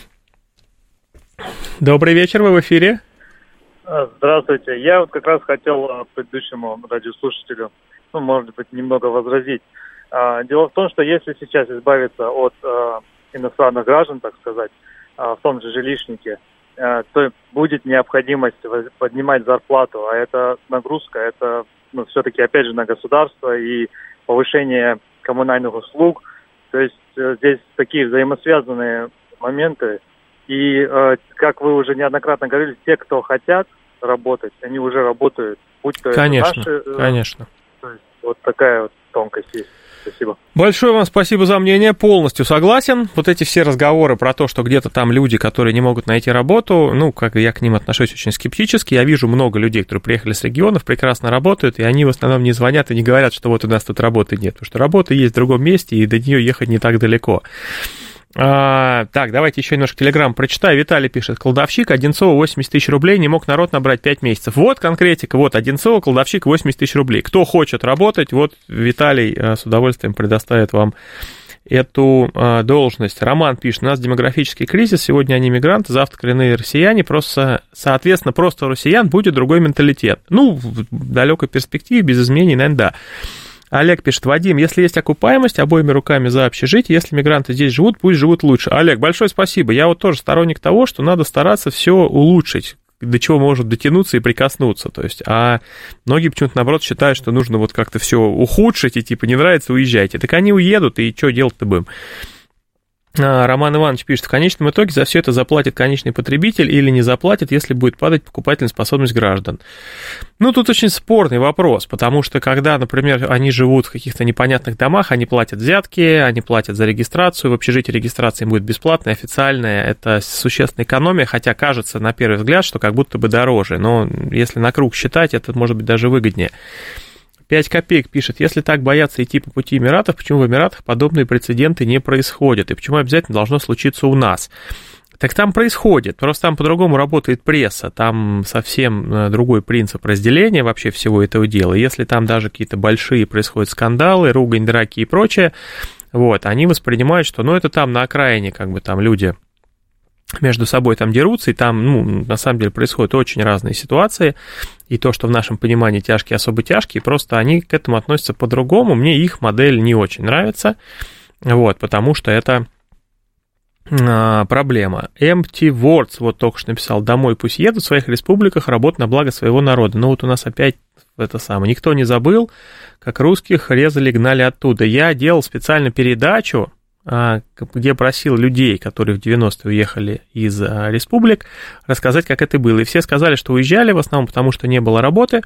Добрый вечер, вы в эфире. Здравствуйте. Я вот как раз хотел предыдущему радиослушателю, может быть, немного возразить. Дело в том, что если сейчас избавиться от иностранных граждан, так сказать, в том же жилищнике, то будет необходимость поднимать зарплату, а это нагрузка, это все-таки, опять же, на государство и повышение коммунальных услуг. То есть здесь такие взаимосвязанные моменты. И, как вы уже неоднократно говорили, те, кто хотят работать, они уже работают. Будь то конечно, это наши, конечно. То есть вот такая вот тонкость есть. Спасибо. Большое вам спасибо за мнение, полностью согласен. Вот эти все разговоры про то, что где-то там люди, которые не могут найти работу, ну, как я к ним отношусь очень скептически. Я вижу много людей, которые приехали с регионов, прекрасно работают, и они в основном не звонят и не говорят, что вот у нас тут работы нет, потому что работа есть в другом месте, и до нее ехать не так далеко. Так, давайте еще немножко телеграм прочитаю. Виталий пишет: кладовщик Одинцова 80 тысяч рублей, не мог народ набрать 5 месяцев. Вот конкретика, вот Одинцова, кладовщик 80 тысяч рублей. Кто хочет работать, вот Виталий с удовольствием предоставит вам эту должность. Роман пишет: у нас демографический кризис, сегодня они мигранты, завтра коренные россияне, просто, соответственно, просто у россиян будет другой менталитет. Ну, в далекой перспективе, без изменений, наверное, да. Олег пишет: Вадим, если есть окупаемость, обоими руками за общежитие, если мигранты здесь живут, пусть живут лучше. Олег, большое спасибо. Я вот тоже сторонник того, что надо стараться все улучшить, до чего может дотянуться и прикоснуться. То есть, а многие почему-то, наоборот, считают, что нужно вот как-то все ухудшить, и типа не нравится, уезжайте. Так они уедут, и что делать-то будем? Роман Иванович пишет: в конечном итоге за все это заплатит конечный потребитель или не заплатит, если будет падать покупательная способность граждан. Ну, тут очень спорный вопрос, потому что когда, например, они живут в каких-то непонятных домах, они платят взятки, они платят за регистрацию, в общежитии регистрация будет бесплатная, официальная, это существенная экономия, хотя кажется на первый взгляд, что как будто бы дороже, но если на круг считать, это может быть даже выгоднее. 5 копеек пишет: если так боятся идти по пути Эмиратов, почему в Эмиратах подобные прецеденты не происходят? И почему обязательно должно случиться у нас? Так там происходит, просто там по-другому работает пресса, там совсем другой принцип разделения вообще всего этого дела. Если там даже какие-то большие происходят скандалы, ругань, драки и прочее, вот, они воспринимают, что, ну, это там на окраине, как бы там люди между собой там дерутся, и там, ну, на самом деле происходят очень разные ситуации, и то, что в нашем понимании тяжкие, особо тяжкие, просто они к этому относятся по-другому, мне их модель не очень нравится, вот, потому что это проблема. Empty Words вот только что написал: домой пусть едут, в своих республиках работать на благо своего народа. Ну, вот у нас опять это самое, никто не забыл, как русских резали, гнали оттуда. Я делал специально передачу, где просил людей, которые в 90-е уехали из республик, рассказать, как это было. И все сказали, что уезжали в основном, потому что не было работы,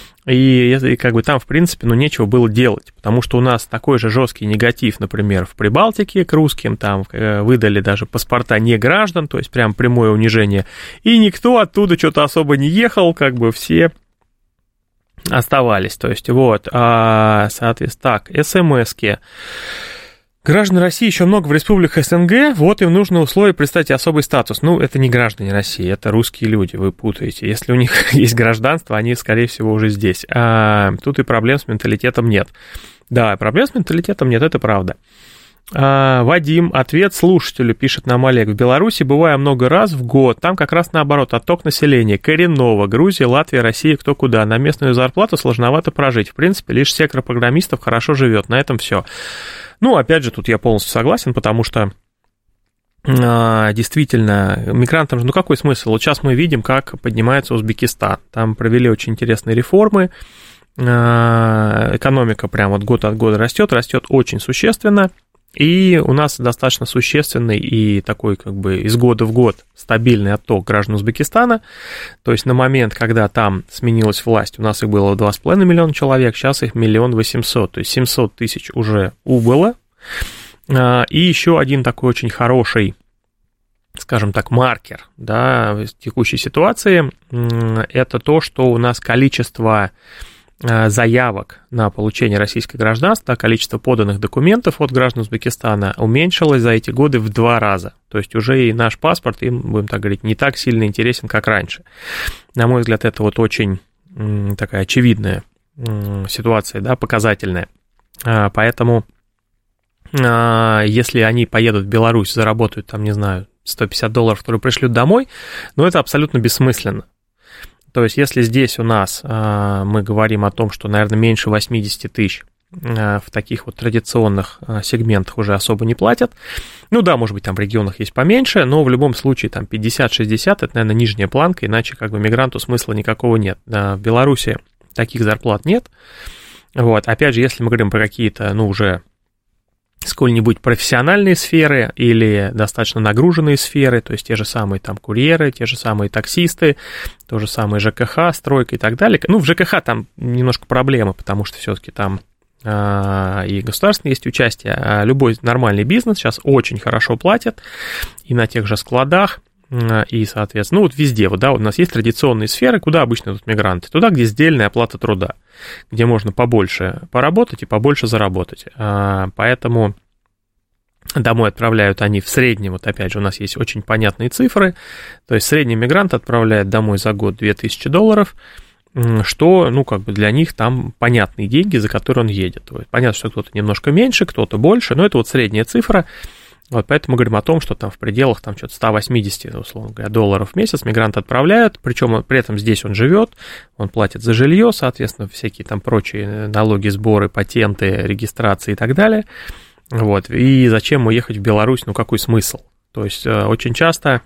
и как бы там, в принципе, ну, нечего было делать, потому что у нас такой же жесткий негатив, например, в Прибалтике к русским, там выдали даже паспорта не граждан, то есть прям прямое унижение, и никто оттуда что-то особо не ехал, как бы все оставались, то есть вот, соответственно, так, СМС-ки. Граждан России еще много в республиках СНГ, вот им нужно условие, представьте, особый статус. Ну, это не граждане России, это русские люди, вы путаете. Если у них есть гражданство, они, скорее всего, уже здесь. Тут и проблем с менталитетом нет. Да, проблем с менталитетом нет, это правда. Вадим, ответ слушателю, пишет нам Олег: в Беларуси бываю много раз в год, там как раз наоборот, отток населения, коренного, Грузия, Латвия, Россия, кто куда, на местную зарплату сложновато прожить, в принципе, лишь сектор программистов хорошо живет, на этом все. Ну, опять же, тут я полностью согласен, потому что действительно, мигрантам же, ну какой смысл? Вот сейчас мы видим, как поднимается Узбекистан, там провели очень интересные реформы, экономика прям вот год от года растет очень существенно, и у нас достаточно существенный и такой как бы из года в год стабильный отток граждан Узбекистана, то есть на момент, когда там сменилась власть, у нас их было 2,5 миллиона человек, сейчас их 1 800 000, то есть 700 тысяч уже убыло, и еще один такой очень хороший, скажем так, маркер, да, текущей ситуации, это то, что у нас количество заявок на получение российского гражданства, количество поданных документов от граждан Узбекистана уменьшилось за эти годы в 2 раза. То есть уже и наш паспорт им, будем так говорить, не так сильно интересен, как раньше. На мой взгляд, это вот очень такая очевидная ситуация, да, показательная. Поэтому, если они поедут в Беларусь, заработают там, не знаю, $150, которые пришлют домой, но это абсолютно бессмысленно. То есть, если здесь у нас мы говорим о том, что, наверное, меньше 80 тысяч в таких вот традиционных сегментах уже особо не платят, ну да, может быть, там в регионах есть поменьше, но в любом случае там 50-60 это, наверное, нижняя планка, иначе как бы мигранту смысла никакого нет. В Беларуси таких зарплат нет. Вот, опять же, если мы говорим про какие-то, ну, уже сколь-нибудь профессиональные сферы или достаточно нагруженные сферы, то есть те же самые там курьеры, те же самые таксисты, то же самое ЖКХ, стройка и так далее. Ну, в ЖКХ там немножко проблемы, потому что все-таки там и государственное есть участие. А любой нормальный бизнес сейчас очень хорошо платит и на тех же складах, и, соответственно, ну вот везде, вот, да, у нас есть традиционные сферы, куда обычно идут мигранты, туда, где сдельная оплата труда, где можно побольше поработать и побольше заработать, поэтому домой отправляют они в среднем, вот опять же, у нас есть очень понятные цифры, то есть средний мигрант отправляет домой за год $2000, что, ну, как бы для них там понятные деньги, за которые он едет. Понятно, что кто-то немножко меньше, кто-то больше, но это вот средняя цифра. Вот поэтому мы говорим о том, что там в пределах там что-то 180, условно говоря, долларов в месяц мигрант отправляют, причем при этом здесь он живет, он платит за жилье, соответственно, всякие там прочие налоги, сборы, патенты, регистрации и так далее. Вот. И зачем ему ехать в Беларусь, ну какой смысл? То есть очень часто,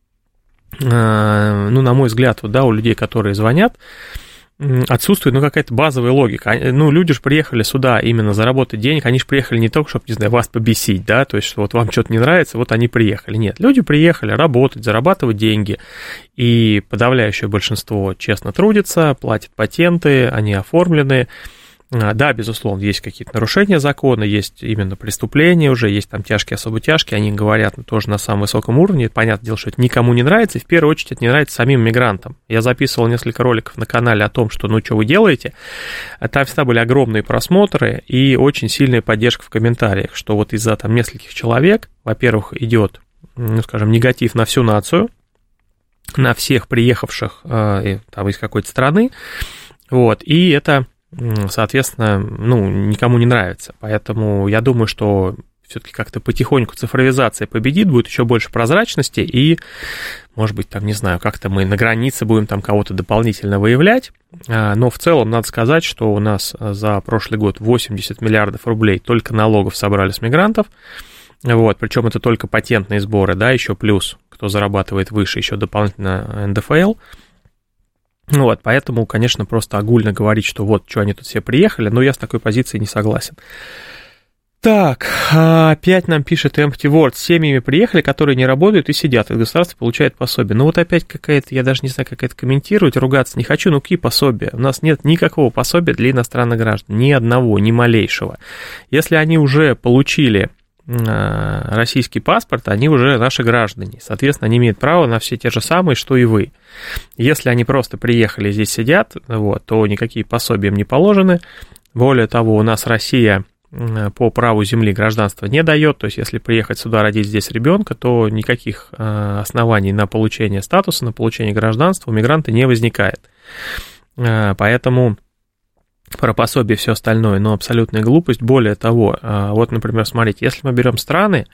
ну, на мой взгляд, вот, да, у людей, которые звонят, отсутствует, ну, какая-то базовая логика. Ну, люди же приехали сюда именно заработать денег, они же приехали не только, чтобы, не знаю, вас побесить, да, то есть, что вот вам что-то не нравится, вот они приехали. Нет, люди приехали работать, зарабатывать деньги, и подавляющее большинство честно трудится, платят патенты, они оформлены. Да, безусловно, есть какие-то нарушения закона, есть именно преступления уже, есть там тяжкие, особо тяжкие, они говорят тоже на самом высоком уровне, понятное дело, что это никому не нравится, и в первую очередь это не нравится самим мигрантам. Я записывал несколько роликов на канале о том, что, ну, что вы делаете, там всегда были огромные просмотры и очень сильная поддержка в комментариях, что вот из-за там нескольких человек, во-первых, идет, ну, скажем, негатив на всю нацию, на всех приехавших там из какой-то страны, вот, и это, соответственно, ну, никому не нравится. Поэтому я думаю, что все-таки как-то потихоньку цифровизация победит, будет еще больше прозрачности, и, может быть, там, не знаю, как-то мы на границе будем там кого-то дополнительно выявлять. Но в целом надо сказать, что у нас за прошлый год 80 миллиардов рублей только налогов собрали с мигрантов. Вот, причем это только патентные сборы, да, еще плюс, кто зарабатывает выше, еще дополнительно НДФЛ. Вот, поэтому, конечно, просто огульно говорить, что вот, что они тут все приехали, но я с такой позицией не согласен. Так, опять нам пишет Empty Word, с семьями приехали, которые не работают и сидят, и государство получает пособие. Ну вот опять какая-то, я даже не знаю, как это комментировать, ругаться не хочу, ну какие пособия? У нас нет никакого пособия для иностранных граждан, ни одного, ни малейшего. Если они уже получили российский паспорт, они уже наши граждане. Соответственно, они имеют право на все те же самые, что и вы. Если они просто приехали, здесь сидят, вот, то никакие пособия им не положены. Более того, у нас Россия по праву земли гражданства не дает. То есть, если приехать сюда, родить здесь ребенка, то никаких оснований на получение статуса, на получение гражданства у мигранта не возникает. Поэтому про пособие и все остальное, но абсолютная глупость. Более того, вот, например, смотрите, если мы берем страны,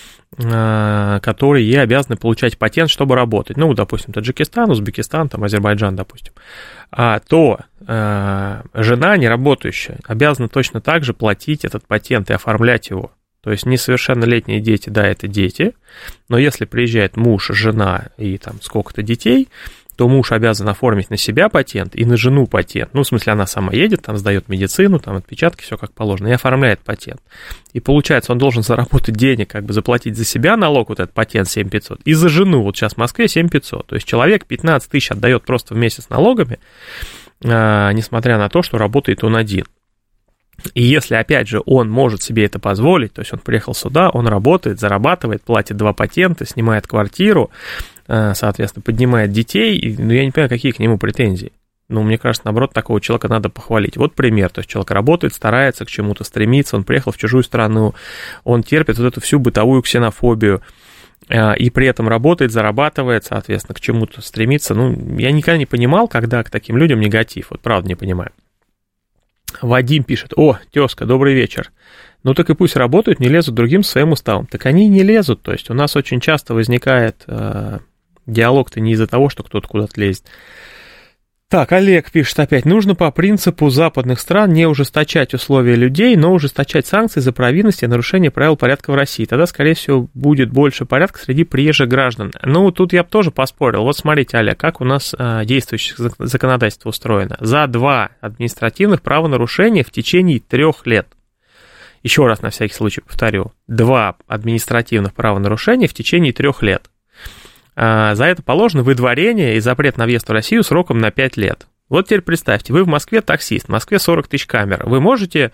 которые обязаны получать патент, чтобы работать, ну, допустим, Таджикистан, Узбекистан, там, Азербайджан, допустим, то жена неработающая обязана точно так же платить этот патент и оформлять его. То есть несовершеннолетние дети, да, это дети, но если приезжает муж, жена и там сколько-то детей, то муж обязан оформить на себя патент и на жену патент. Ну, в смысле, она сама едет, там сдает медицину, там отпечатки, все как положено, и оформляет патент. И получается, он должен заработать денег, как бы заплатить за себя налог, вот этот патент 7500, и за жену, вот сейчас в Москве 7500. То есть человек 15 тысяч отдает просто в месяц налогами, несмотря на то, что работает он один. И если, опять же, он может себе это позволить, то есть он приехал сюда, он работает, зарабатывает, платит 2 патента, снимает квартиру, соответственно, поднимает детей, ну, я не понимаю, какие к нему претензии. Ну, мне кажется, наоборот, такого человека надо похвалить. Вот пример, то есть человек работает, старается к чему-то, стремится, он приехал в чужую страну, он терпит вот эту всю бытовую ксенофобию, и при этом работает, зарабатывает, соответственно, к чему-то стремится. Ну, я никогда не понимал, когда к таким людям негатив, вот правда не понимаю. Вадим пишет: о, тезка, добрый вечер. Ну так и пусть работают, не лезут другим своим уставом. Так они не лезут, то есть у нас очень часто возникает диалог-то не из-за того, что кто-то куда-то лезет. Так, Олег пишет опять: нужно по принципу западных стран не ужесточать условия людей, но ужесточать санкции за провинности и нарушение правил порядка в России. Тогда, скорее всего, будет больше порядка среди приезжих граждан. Ну, тут я бы тоже поспорил. Вот смотрите, Олег, как у нас действующее законодательство устроено. За 2 административных правонарушения в течение 3 лет. Еще раз на всякий случай повторю. 2 административных правонарушения в течение 3 лет. За это положено выдворение и запрет на въезд в Россию сроком на 5 лет. Вот теперь представьте, вы в Москве таксист, в Москве 40 тысяч камер. Вы можете,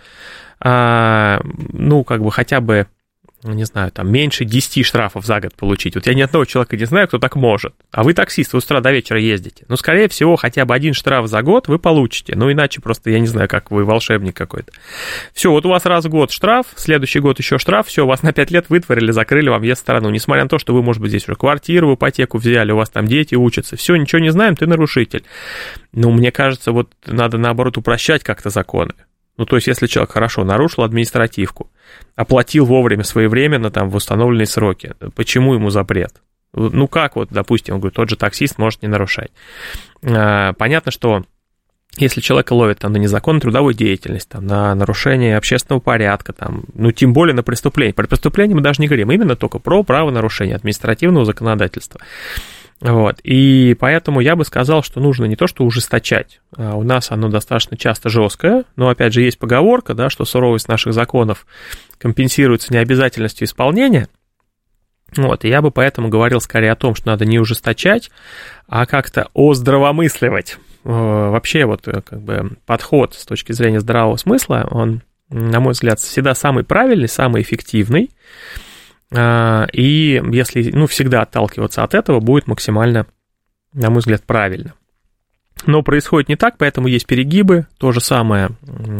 ну, как бы хотя бы, не знаю, там, меньше 10 штрафов за год получить. Вот я ни одного человека не знаю, кто так может. А вы таксист, вы с утра до вечера ездите. Ну, скорее всего, хотя бы один штраф за год вы получите. Ну, иначе просто, я не знаю, как вы волшебник какой-то. Все, вот у вас раз в год штраф, следующий год еще штраф, все, вас на 5 лет вытворили, закрыли вам въезд в страну. Несмотря на то, что вы, может быть, здесь уже квартиру в ипотеку взяли, у вас там дети учатся. Все, ничего не знаем, ты нарушитель. Ну, мне кажется, вот надо, наоборот, упрощать как-то законы. Ну, то есть, если человек хорошо нарушил административку, оплатил вовремя, своевременно, там, в установленные сроки, почему ему запрет? Ну, как вот, допустим, он говорит, тот же таксист может не нарушать. Понятно, что если человека ловят там на незаконную трудовую деятельность, там, на нарушение общественного порядка, там, ну, тем более на преступление. Про преступление мы даже не говорим, именно только про правонарушение административного законодательства. Вот, и поэтому я бы сказал, что нужно не то, что ужесточать, у нас оно достаточно часто жесткое, но, опять же, есть поговорка, да, что суровость наших законов компенсируется необязательностью исполнения, вот, и я бы поэтому говорил скорее о том, что надо не ужесточать, а как-то оздоровомысливать. Вообще, вот, как бы, подход с точки зрения здравого смысла, он, на мой взгляд, всегда самый правильный, самый эффективный. И если, ну, всегда отталкиваться от этого, будет максимально, на мой взгляд, правильно. Но происходит не так, поэтому есть перегибы. То же самое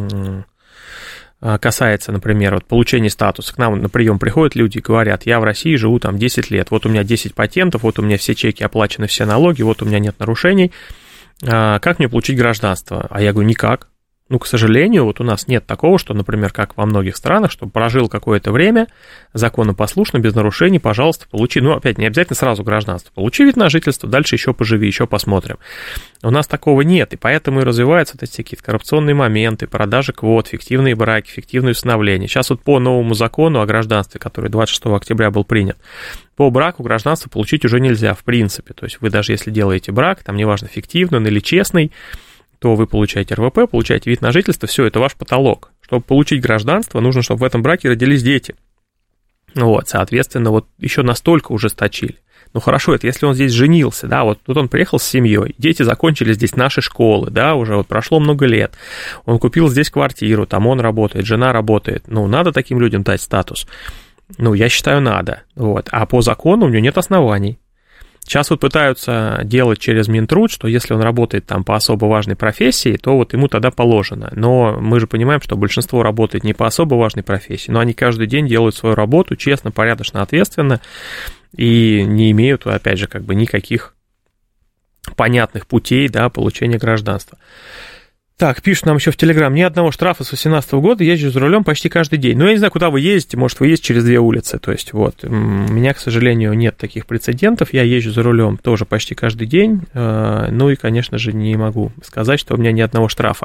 касается, например, вот получения статуса. К нам на прием приходят люди и говорят, я в России живу там 10 лет, вот у меня 10 патентов, вот у меня все чеки оплачены, все налоги, вот у меня нет нарушений. Как мне получить гражданство? А я говорю, никак. Ну, к сожалению, вот у нас нет такого, что, например, как во многих странах, что прожил какое-то время, законопослушно, без нарушений, пожалуйста, получи, ну, опять, не обязательно сразу гражданство, получи вид на жительство, дальше еще поживи, еще посмотрим. У нас такого нет, и поэтому и развиваются вот эти какие-то коррупционные моменты, продажи квот, фиктивные браки, фиктивные усыновления. Сейчас вот по новому закону о гражданстве, который 26 октября был принят, по браку гражданство получить уже нельзя, в принципе. То есть вы даже если делаете брак, там неважно, фиктивный он или честный, то вы получаете РВП, получаете вид на жительство, все, это ваш потолок. Чтобы получить гражданство, нужно, чтобы в этом браке родились дети. Вот, соответственно, вот еще настолько ужесточили. Ну хорошо, это если он здесь женился, да, вот тут он приехал с семьей, дети закончили здесь наши школы, да, уже вот прошло много лет, он купил здесь квартиру, там он работает, жена работает, ну, надо таким людям дать статус? Ну, я считаю, надо, вот, а по закону у него нет оснований. Сейчас вот пытаются делать через Минтруд, что если он работает там по особо важной профессии, то вот ему тогда положено. Но мы же понимаем, что большинство работает не по особо важной профессии, но они каждый день делают свою работу честно, порядочно, ответственно и не имеют, опять же, как бы никаких понятных путей, да, получения гражданства. Так, пишут нам еще в Телеграм, ни одного штрафа с 2018 года, езжу за рулем почти каждый день. Ну, я не знаю, куда вы ездите, может, вы ездите через 2 улицы, то есть, вот, у меня, к сожалению, нет таких прецедентов, я езжу за рулем тоже почти каждый день, ну, и, конечно же, не могу сказать, что у меня ни одного штрафа.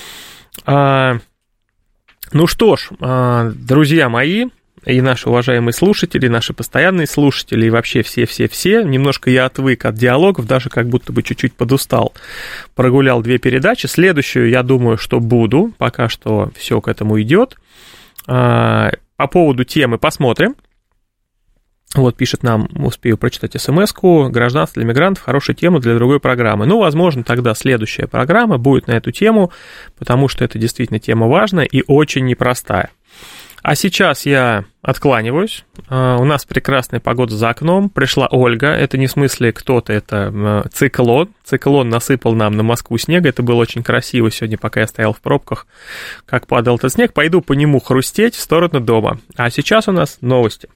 Ну что ж, друзья мои, и наши уважаемые слушатели, наши постоянные слушатели, и вообще все-все-все, немножко я отвык от диалогов, даже как будто бы чуть-чуть подустал. Прогулял 2 передачи, следующую, я думаю, что буду, пока что все к этому идет. По поводу темы посмотрим. Вот пишет нам, успею прочитать смс-ку, гражданство для мигрантов, хорошая тема для другой программы. Ну, возможно, тогда следующая программа будет на эту тему, потому что это действительно тема важная и очень непростая. А сейчас я откланиваюсь. У нас прекрасная погода за окном. Пришла Ольга. Это не в смысле кто-то, это циклон. Циклон насыпал нам на Москву снега. Это было очень красиво сегодня, пока я стоял в пробках, как падал этот снег. Пойду по нему хрустеть в сторону дома. А сейчас у нас новости.